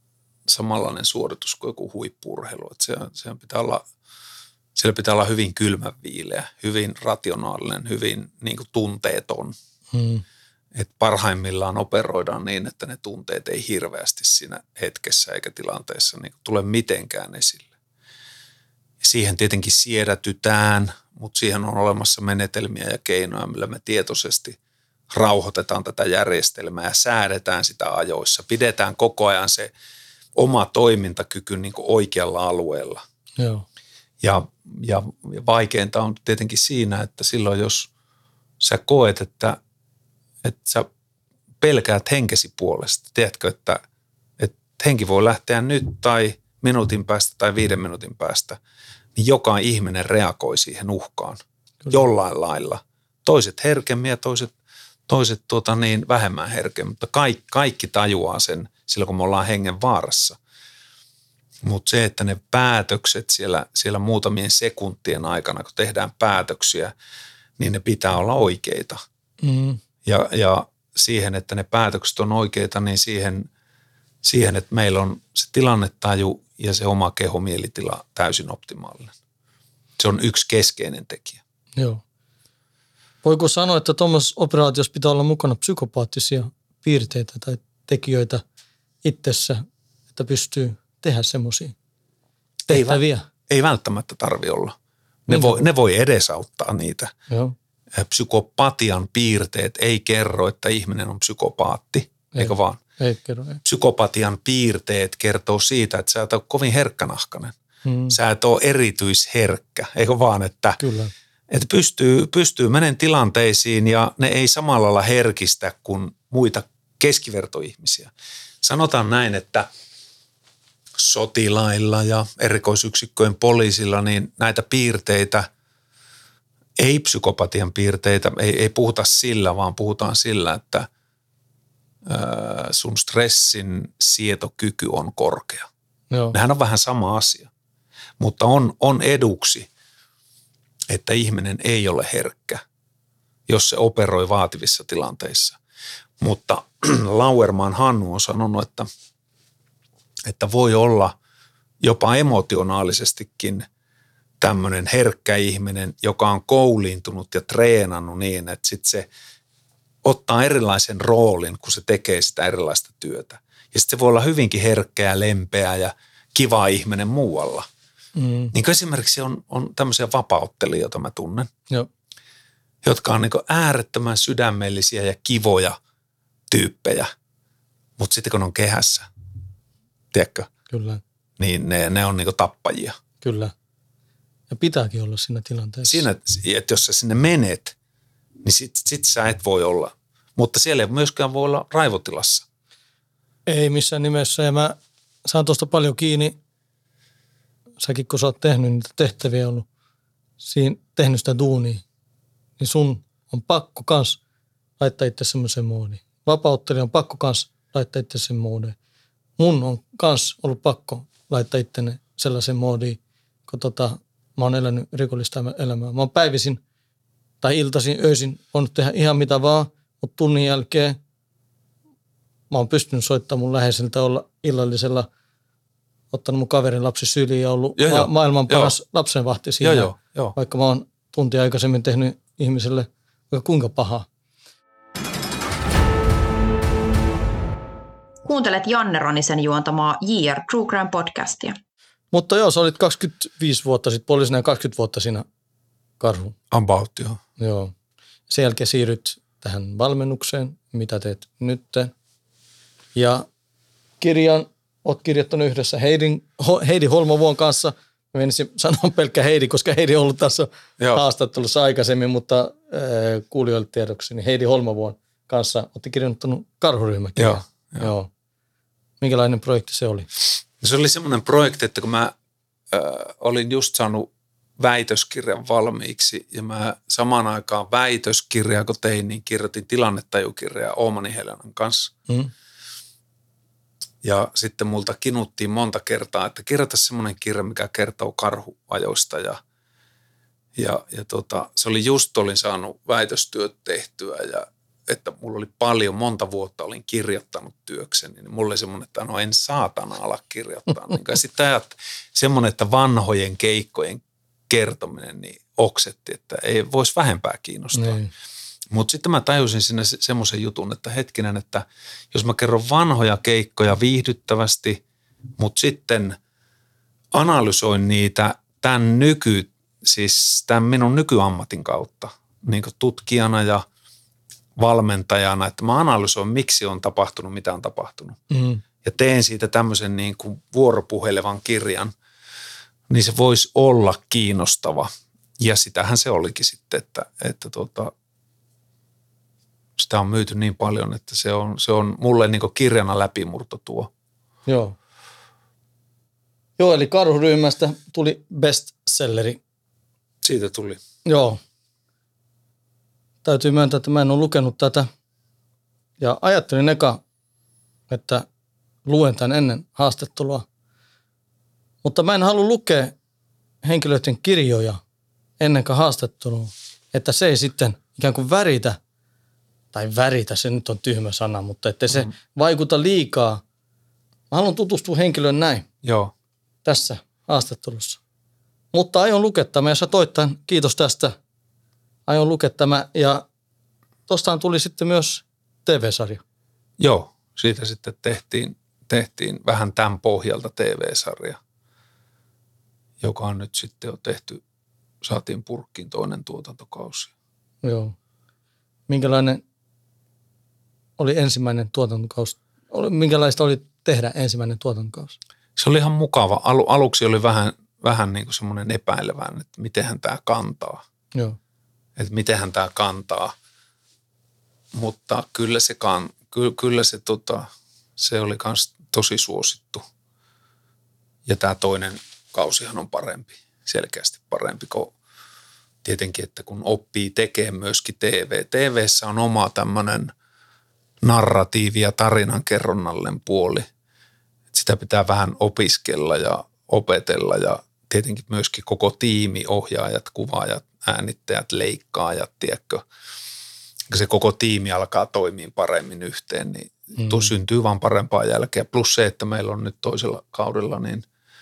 samanlainen suoritus kuin joku huippu-urheilu. Että se, se pitää olla, siellä pitää olla hyvin kylmänviileä, hyvin rationaalinen, hyvin niin kuin tunteeton. Hmm. Että parhaimmillaan operoidaan niin, että ne tunteet ei hirveästi siinä hetkessä eikä tilanteessa niin kuin tule mitenkään esille. Siihen tietenkin siedätytään, mutta siihen on olemassa menetelmiä ja keinoja, millä me tietoisesti rauhoitetaan tätä järjestelmää ja säädetään sitä ajoissa. Pidetään koko ajan se oma toimintakyky niin kuin oikealla alueella. Joo. Ja, ja vaikeinta on tietenkin siinä, että silloin jos sä koet, että, että sä pelkäät henkesi puolesta, tiedätkö, että, että henki voi lähteä nyt tai minuutin päästä tai viiden minuutin päästä, niin joka ihminen reagoi siihen uhkaan Kyllä. jollain lailla. Toiset herkemmin ja toiset, toiset tuota niin, vähemmän herkemmin, mutta kaikki, kaikki tajuaa sen silloin, kun me ollaan hengen vaarassa. Mutta se, että ne päätökset siellä, siellä muutamien sekuntien aikana, kun tehdään päätöksiä, niin ne pitää olla oikeita. Mm. Ja, ja siihen, että ne päätökset on oikeita, niin siihen, siihen, että meillä on se tilannetaju ja se oma kehomielitila täysin optimaalinen. Se on yksi keskeinen tekijä. Joo. Voiko sanoa, että tuommoisessa operaatiossa pitää olla mukana psykopaattisia piirteitä tai tekijöitä itsessä, että pystyy tehdä semmoisia tehtäviä? Ei, ei välttämättä tarvitse olla. Ne voi, ne voi edesauttaa niitä. Joo. Psykopatian piirteet ei kerro, että ihminen on psykopaatti, ei, eikö vaan? Ei kerro, ei. Psykopatian piirteet kertoo siitä, että sä et ole kovin herkkänahkainen. Hmm. Sä et ole erityisherkkä, eikö vaan, että, Kyllä. että pystyy, pystyy menen tilanteisiin ja ne ei samalla lailla herkistä kuin muita keskivertoihmisiä. Sanotaan näin, että sotilailla ja erikoisyksikköjen poliisilla niin näitä piirteitä, ei psykopatian piirteitä, ei, ei puhuta sillä, vaan puhutaan sillä, että ää, sun stressin sietokyky on korkea. Joo. Nehän on vähän sama asia, mutta on, on eduksi, että ihminen ei ole herkkä, jos se operoi vaativissa tilanteissa. Mutta Lauerman Hannu on sanonut, että, että voi olla jopa emotionaalisestikin tämmöinen herkkä ihminen, joka on kouliintunut ja treenannut niin, että sitten se ottaa erilaisen roolin, kun se tekee sitä erilaista työtä. Ja sitten se voi olla hyvinkin herkkä, lempeä ja kiva ihminen muualla. Mm. Niin kuin esimerkiksi on, on tämmöisiä vapauttelijoita, joita mä tunnen, Joo. jotka on niin kuin äärettömän sydämellisiä ja kivoja tyyppejä, mutta sitten kun on kehässä, tiedätkö? Kyllä. Niin ne, ne on niin kuin tappajia. Kyllä. Ja pitääkin olla siinä tilanteessa. Siinä, että jos sä sinne menet, niin sit, sit sä et voi olla. Mutta siellä ei myöskään voi olla raivotilassa. Ei missään nimessä. Ja mä saan tuosta paljon kiinni. Säkin kun sä oot tehnyt niitä tehtäviä ollut, siinä tehnyt sitä duunia, niin sun on pakko kans laittaa itse semmoisen moodiin. Vapauttelija on pakko kans laittaa itse sen moodiin. Mun on kans ollut pakko laittaa itteni sellaisen moodiin, kun tota, mä oon elänyt rikollista elämää. Mä oon päivisin tai iltaisin, öisin voinut tehdä ihan mitä vaan, mutta tunnin jälkeen mä oon pystynyt soittamaan mun läheiseltä olla illallisella, ottanut mun kaverin lapsi syliin ja ollut joo, ma- joo. maailman paras joo. lapsenvahti siinä. Joo, joo, joo. Vaikka mä oon tuntia aikaisemmin tehnyt ihmiselle kuinka pahaa. Kuuntelet Janne Ronisen juontamaa J R True Crime podcastia. Mutta joo, sä olit kaksikymmentäviisi vuotta sitten poliisina ja kaksikymmentä vuotta siinä karhuun. About, joo. Joo. Sen jälkeen siirryt tähän valmennukseen, mitä teet nytten. Ja kirjan oot kirjoittanut yhdessä Heidin, Heidi Holmovuon kanssa. Mä menisin sanoa pelkkä Heidi, koska Heidi on ollut tässä joo. haastattelussa aikaisemmin, mutta äh, kuulijoille tiedoksi, niin Heidi Holmovuon kanssa ootte kirjoittanut karhuryhmäkirjaa. Joo, joo. joo. Minkälainen projekti se oli? Se oli semmoinen projekti, että kun mä äh, olin just saanut väitöskirjan valmiiksi ja mä samaan aikaan väitöskirjaa, kun tein, niin kirjoitin tilannetajukirjaa Oomani Helenan kanssa. Mm. Ja sitten multa kinuttiin monta kertaa, että kirjoita semmoinen kirja, mikä kertoo karhuajoista ja, ja, ja tota, se oli just, olin saanut väitöstyöt tehtyä ja että mulla oli paljon, monta vuotta olin kirjoittanut työkseni, niin mulla oli semmoinen, että no en saatana ala kirjoittaa. Niin sitten ajat, semmoinen, että vanhojen keikkojen kertominen niin oksetti, että ei voisi vähempää kiinnostaa. Niin. Mutta sitten mä tajusin sinne se, semmoisen jutun, että hetkinen, että jos mä kerron vanhoja keikkoja viihdyttävästi, mutta sitten analysoin niitä tämän nyky, siis tämän minun nykyammatin kautta, niin kuin tutkijana ja valmentajana, että mä analysoin, miksi on tapahtunut, mitä on tapahtunut. Mm. Ja teen siitä tämmöisen niin kuin vuoropuhelevan kirjan, niin se voisi olla kiinnostava. Ja sitähän se olikin sitten, että, että tuota, sitä on myyty niin paljon, että se on, se on mulle niin kuin kirjana läpimurto tuo. Joo. Joo, eli Karhuryhmästä tuli bestselleri. Siitä tuli. Joo. Täytyy myöntää, että mä en ole lukenut tätä. Ja ajattelin eka, että luen tämän ennen haastattelua. Mutta mä en halua lukea henkilöiden kirjoja ennen kuin haastattelua. Että se ei sitten ikään kuin väritä, tai väritä, se nyt on tyhmä sana, mutta että se mm. vaikuta liikaa. Mä haluan tutustua henkilöön näin. Joo. Tässä haastattelussa. Mutta aion lukea tämä, ja sä toit tämän. Kiitos tästä. Aion lukea tämä, ja tostaan tuli sitten myös T V-sarja. Joo, siitä sitten tehtiin, tehtiin vähän tämän pohjalta T V-sarja, joka on nyt sitten jo tehty, saatiin purkkiin toinen tuotantokausi. Joo. Minkälainen oli ensimmäinen tuotantokausi? Minkälaista oli tehdä ensimmäinen tuotantokausi? Se oli ihan mukava. Alu, aluksi oli vähän, vähän niin kuin semmoinen epäilevän, että mitenhän tämä kantaa. Joo. Että mitenhän tämä kantaa. Mutta kyllä se, kan, kyllä, kyllä se, tota, se oli kans tosi suosittu. Ja tämä toinen kausihan on parempi, selkeästi parempi kuin tietenkin, että kun oppii tekemään myöskin T V. T V:ssä on oma tämmöinen narratiivi ja tarinankerronnallinen puoli. Et sitä pitää vähän opiskella ja opetella ja tietenkin myöskin koko tiimi, ohjaajat, kuvaajat, äänittäjät, leikkaajat, tiedätkö. Kun se koko tiimi alkaa toimia paremmin yhteen, niin mm. tuo syntyy vaan parempaa jälkeä. Plus se, että meillä on nyt toisella kaudella niin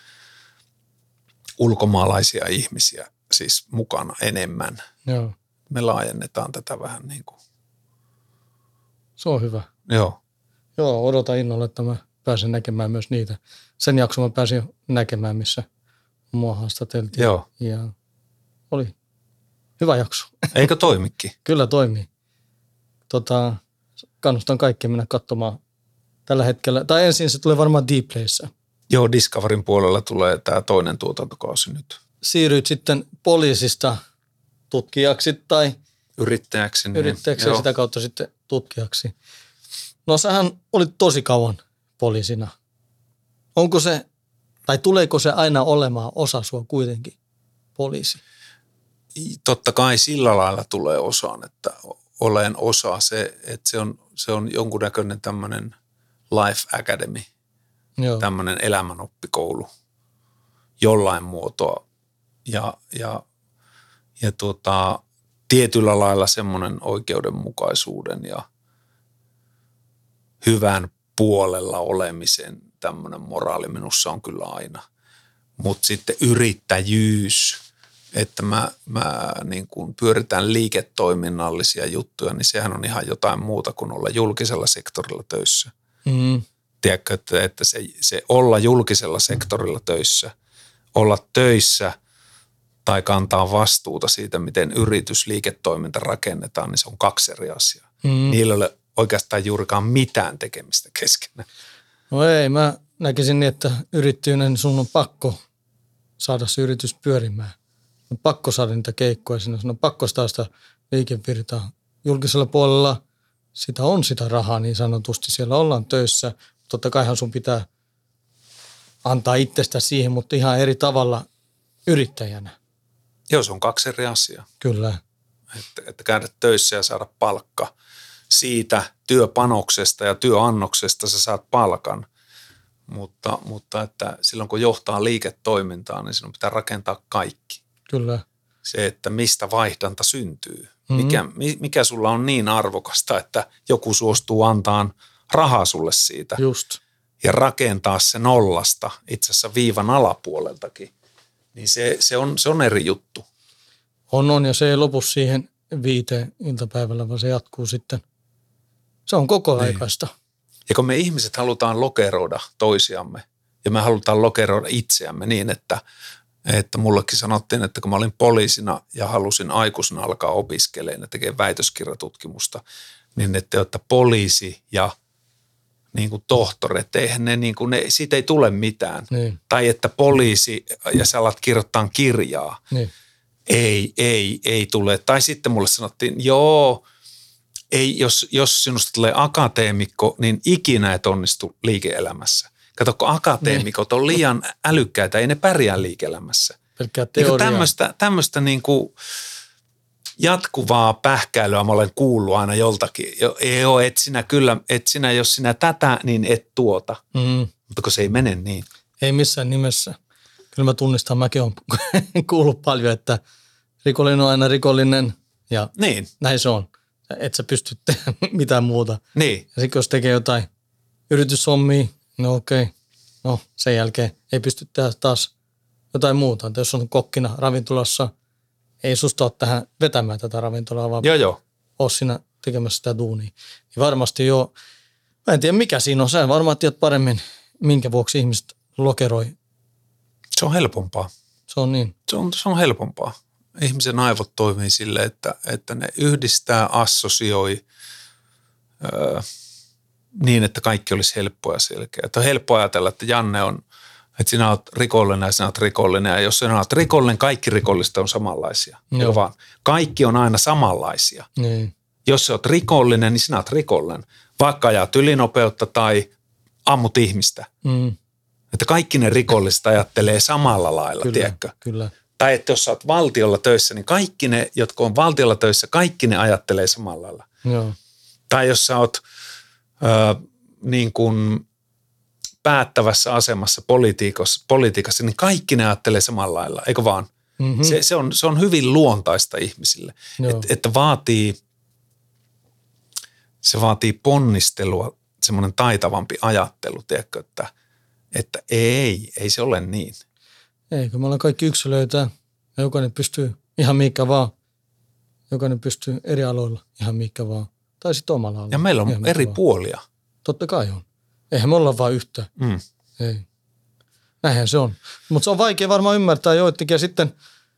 ulkomaalaisia ihmisiä siis mukana enemmän. Joo. Me laajennetaan tätä vähän niin kuin. Se on hyvä. Joo. Joo, odotan innolla, että mä pääsen näkemään myös niitä. Sen jakson mä pääsin näkemään, missä mua haastateltiin. Joo. Ja oli hyvä jakso. Eikö toimikin? Kyllä toimii. Tota, kannustan kaikkia mennä katsomaan tällä hetkellä. Tai ensin se tulee varmaan Dplayssä. Joo, Discoverin puolella tulee tämä toinen tuotantokausi nyt. Siirryit sitten poliisista tutkijaksi tai Yrittäjäksi. Niin, yrittäjäksi ja sitä kautta sitten tutkijaksi. No sähän olit tosi kauan poliisina. Onko se, tai tuleeko se aina olemaan osa sua kuitenkin, poliisi? Totta kai sillä lailla tulee osaan, että olen osa se, että se on, se on jonkunnäköinen tämmöinen life academy, Joo. tämmöinen elämänoppikoulu jollain muotoa. Ja, ja, ja tuota, tietyllä lailla semmoinen oikeudenmukaisuuden ja hyvän puolella olemisen tämmöinen moraali minussa on kyllä aina. Mutta sitten yrittäjyys, että mä, mä niin kuin pyöritän liiketoiminnallisia juttuja, niin sehän on ihan jotain muuta kuin olla julkisella sektorilla töissä. Mm. Tiedätkö, että, että se, se olla julkisella sektorilla töissä, olla töissä tai kantaa vastuuta siitä, miten yritysliiketoiminta rakennetaan, niin se on kaksi eri asiaa. Mm. Niillä ei ole oikeastaan juurikaan mitään tekemistä keskenään. No ei, mä näkisin niin, että yrittäjyyden sun on pakko saada se yritys pyörimään. On pakko saada niitä keikkoja sinne, sun on pakko saada sitä liikevirtaa. Julkisella puolella sitä on sitä rahaa niin sanotusti, siellä ollaan töissä. Totta kaihan sun pitää antaa itsestä siihen, mutta ihan eri tavalla yrittäjänä. Joo, se on kaksi eri asiaa. Kyllä. Että, että käydä töissä ja saada palkka. Siitä työpanoksesta ja työannoksesta sä saat palkan, mutta, mutta että silloin kun johtaa liiketoimintaa, niin sinun pitää rakentaa kaikki. Kyllä. Se, että mistä vaihdanta syntyy. Mikä, mikä sulla on niin arvokasta, että joku suostuu antaan rahaa sulle siitä. Just. Ja rakentaa se nollasta, itse asiassa viivan alapuoleltakin. Niin se, se, on, se on eri juttu. On, on, ja se ei lopu siihen viiteen iltapäivällä, vaan se jatkuu sitten. Se on koko aikaista. Niin. Ja kun me ihmiset halutaan lokeroida toisiamme, ja me halutaan lokeroida itseämme niin, että, että mullekin sanottiin, että kun mä olin poliisina ja halusin aikuisena alkaa opiskelemaan ja tekemään väitöskirjatutkimusta, niin että, että poliisi ja niin kuin tohtori, että eihän ne, niin kuin ne, siitä ei tule mitään. Niin. Tai että poliisi ja sä alat kirjoittaa kirjaa. Niin. Ei, ei, ei tule. Tai sitten mulle sanottiin, joo, ei, jos, jos sinusta tulee akateemikko, niin ikinä et onnistu liike-elämässä. Kato, kun akateemikot on liian älykkäitä, ei ne pärjää liike-elämässä. Pelkkää teoriaa. Niin tämmöistä, tämmöistä niin kuin jatkuvaa pähkäilyä mä olen kuullut aina joltakin. Joo, et sinä kyllä, et sinä, jos sinä tätä, niin et tuota. Mm. Mutta kun se ei mene niin. Ei missään nimessä. Kyllä mä tunnistan, mäkin olen kuullut paljon, että rikollinen on aina rikollinen ja niin. Näin se on. Et sä pysty tekemään mitään muuta. Niin. Ja sitten jos tekee jotain yrityshommia, no okei, no sen jälkeen ei pysty tehdä taas jotain muuta. Että jos on kokkina ravintolassa, ei susta ole tähän vetämään tätä ravintolaa, vaan joo, joo. ole siinä tekemässä sitä duunia. Niin varmasti jo, mä en tiedä mikä siinä on, sä varmaan tiedät paremmin, minkä vuoksi ihmiset lokeroi. Se on helpompaa. Se on niin. Se on, se on helpompaa. Ihmisen aivot toimii sille, että, että ne yhdistää, assosioi öö, niin, että kaikki olisi helppoa ja selkeä. Että on helppo ajatella, että Janne on, että sinä olet rikollinen ja sinä olet rikollinen. Ja jos sinä olet rikollinen, kaikki rikolliset on samanlaisia. Vaan kaikki on aina samanlaisia. Niin. Jos sä oot rikollinen, niin sinä olet rikollinen. Vaikka ajat ylinopeutta tai ammut ihmistä. Mm. Että kaikki ne rikolliset ajattelee samalla lailla, kyllä, tiedätkö? Kyllä. Tai että jos sä oot valtiolla töissä, niin kaikki ne, jotka on valtiolla töissä, kaikki ne ajattelee samalla lailla. Joo. Tai jos sä oot ö, niin kuin päättävässä asemassa politiikassa, politiikassa, niin kaikki ne ajattelee samalla lailla, eikö vaan? Mm-hmm. Se, se, on, se on hyvin luontaista ihmisille, Et, että vaatii, se vaatii ponnistelua, semmoinen taitavampi ajattelu, tiedätkö, että, että ei, ei se ole niin. Ei, kun me ollaan kaikki yksilöitä ja jokainen pystyy ihan mikä vaan. Jokainen pystyy eri aloilla ihan mikä vaan. Tai sitten omalla alalla. Ja meillä on eri vaan. puolia. Totta kai on. Eihän me olla vaan yhtä. Mm. Ei. Näinhän se on. Mutta se on vaikea varmaan ymmärtää joitakin. Ja sitten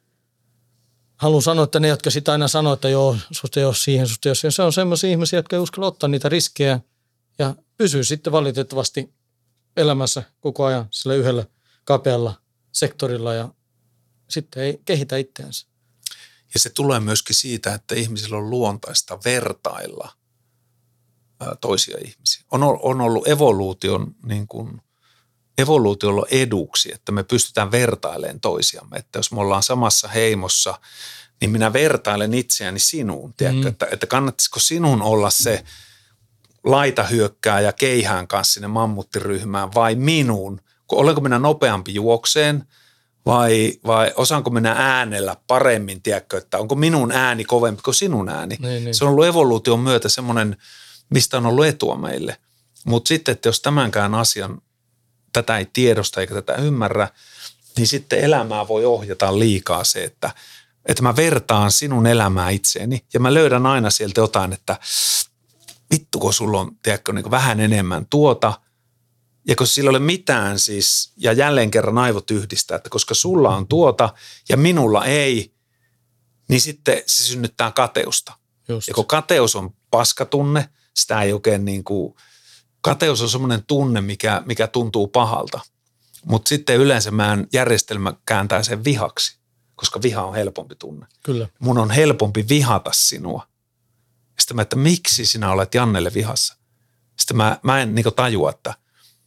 haluan sanoa, että ne, jotka sitä aina sanoo, että joo, susta ei ole siihen, susta ei ole siihen. Se on sellaisia ihmisiä, jotka ei uskalla ottaa niitä riskejä ja pysyy sitten valitettavasti elämässä koko ajan sillä yhdellä kapealla sektorilla ja sitten ei kehitä itseänsä. Ja se tulee myöskin siitä, että ihmisillä on luontaista vertailla toisia ihmisiä. On, on ollut evoluution, niin kuin, evoluutiolla eduksi, että me pystytään vertailemaan toisiamme. Että jos me ollaan samassa heimossa, niin minä vertailen itseäni sinuun. Tiedätkö, mm. että, että kannattaisiko sinun olla se laitahyökkääjä keihään kanssa sinne mammuttiryhmään vai minun? Olenko minä nopeampi juokseen vai, vai osaanko minä äänellä paremmin, tiedätkö, että onko minun ääni kovempi kuin sinun ääni? Niin, niin. Se on ollut evoluution myötä semmoinen, mistä on ollut etua meille. Mutta sitten, että jos tämänkään asian, tätä ei tiedosta eikä tätä ymmärrä, niin sitten elämää voi ohjata liikaa se, että, että mä vertaan sinun elämää itseeni ja mä löydän aina sieltä jotain, että vittu, kun sulla on, tiedätkö, niin vähän enemmän tuota, ja kun sillä ei ole mitään siis, ja jälleen kerran aivot yhdistää, että koska sulla on tuota ja minulla ei, niin sitten se synnyttää kateusta. Just. Ja kun kateus on paskatunne, sitä ei oikein niin kuin, kateus on semmoinen tunne, mikä, mikä tuntuu pahalta. Mutta sitten yleensä meidän järjestelmä kääntää sen vihaksi, koska viha on helpompi tunne. Kyllä. Mun on helpompi vihata sinua. Sitten mä, että miksi sinä olet Jannelle vihassa? Sitten mä, mä en niin kuin tajua, että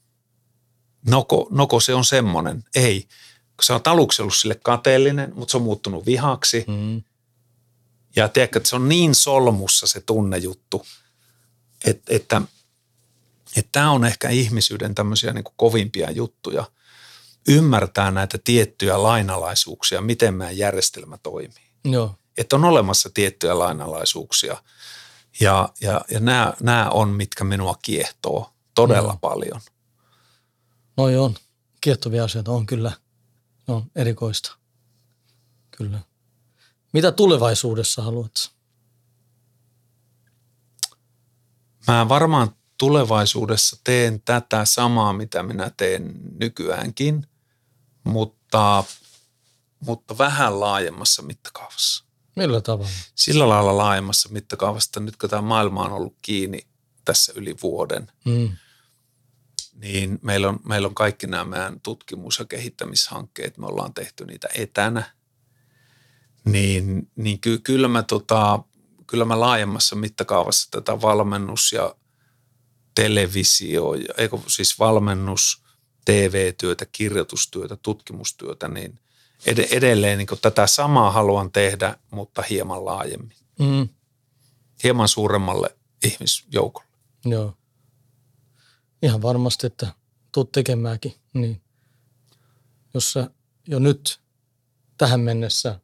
noko, noko se on semmoinen. Ei, kun sä oot aluksi ollut sille kateellinen, mutta se on muuttunut vihaksi. Mm. Ja tiedätkö, että se on niin solmussa se tunnejuttu, että, että, että tämä on ehkä ihmisyyden tämmöisiä niin kuin kovimpia juttuja. Ymmärtää näitä tiettyjä lainalaisuuksia, miten meidän järjestelmä toimii. Joo. että on olemassa tiettyjä lainalaisuuksia. Ja, ja, ja nämä, nämä on, mitkä minua kiehtoo todella no. paljon. Noi on. Kiehtovia asioita on kyllä. Ne on erikoista. Kyllä. Mitä tulevaisuudessa haluat? Mä varmaan tulevaisuudessa teen tätä samaa, mitä minä teen nykyäänkin, mutta, mutta vähän laajemmassa mittakaavassa. Millä tavalla? Sillä lailla laajemmassa mittakaavassa, nyt kun tämä maailma on ollut kiinni tässä yli vuoden, mm. niin meillä on, meillä on kaikki nämä meidän tutkimus- ja kehittämishankkeet, me ollaan tehty niitä etänä, niin, niin ky, kyllä, mä, tota, kyllä mä laajemmassa mittakaavassa tätä valmennus- ja televisio, eikö siis valmennus, T V-työtä, kirjoitustyötä, tutkimustyötä, niin ed- edelleen niin tätä samaa haluan tehdä, mutta hieman laajemmin. Mm. Hieman suuremmalle ihmisjoukolle. Joo. Ihan varmasti, että tuut tekemäänkin. Niin. Jos sä jo nyt tähän mennessä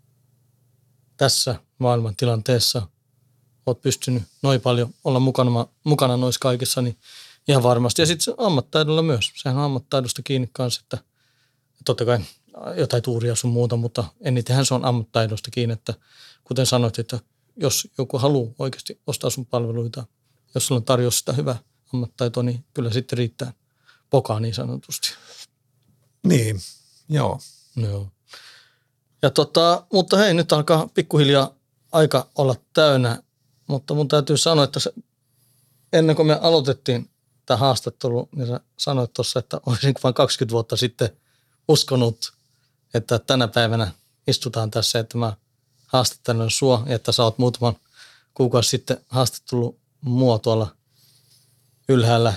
tässä maailman tilanteessa oot pystynyt noin paljon olla mukana, mukana noissa kaikissa, niin ihan varmasti. Ja sitten ammattitaidolla myös. Sehän on ammattitaidosta kiinni kanssa, että totta kai jotain tuuria sun muuta, mutta enitenhän se on ammattitaidosta kiinni, että kuten sanoit, että jos joku haluaa oikeasti ostaa sun palveluita, jos sulla on tarjous sitä hyvää ammattitaitoa, niin kyllä sitten riittää pokaa niin sanotusti. Niin, joo. Joo. Ja tota, mutta hei, nyt alkaa pikkuhiljaa aika olla täynnä, mutta mun täytyy sanoa, että se, ennen kuin me aloitettiin tämä haastattelu, niin sä sanoit tuossa, että olisin vain kaksikymmentä vuotta sitten uskonut, että tänä päivänä istutaan tässä, että mä haastattelen sua, ja että sä oot muutaman kuukausi sitten haastattellut mua tuolla ylhäällä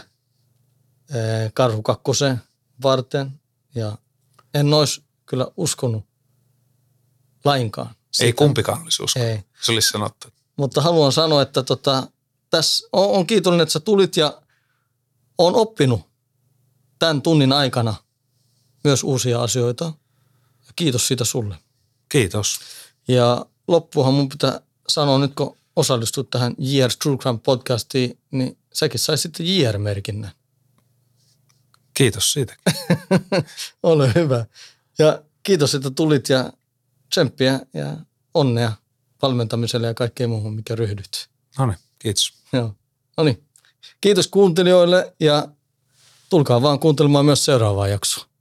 Karhu kakkosen varten, ja en olisi kyllä uskonut lainkaan. Ei kumpikaan olisi uskonut. Ei. Se olisi sanottu. Mutta haluan sanoa, että tota, tässä on, on kiitollinen, että sä tulit ja on oppinut tämän tunnin aikana myös uusia asioita. Ja kiitos siitä sulle. Kiitos. Ja loppuhan mun pitää sanoa nyt, kun osallistut tähän J R True Crime podcastiin, niin säkin sai sitten J R-merkinnän. Kiitos siitä. Ole hyvä. Ja kiitos, että tulit ja tsemppiä ja onnea valmentamiselle ja kaikkeen muuhun, mikä ryhdyt. No niin, kiitos. Joo. No niin. Kiitos kuuntelijoille ja tulkaa vaan kuuntelemaan myös seuraavaa jaksoa.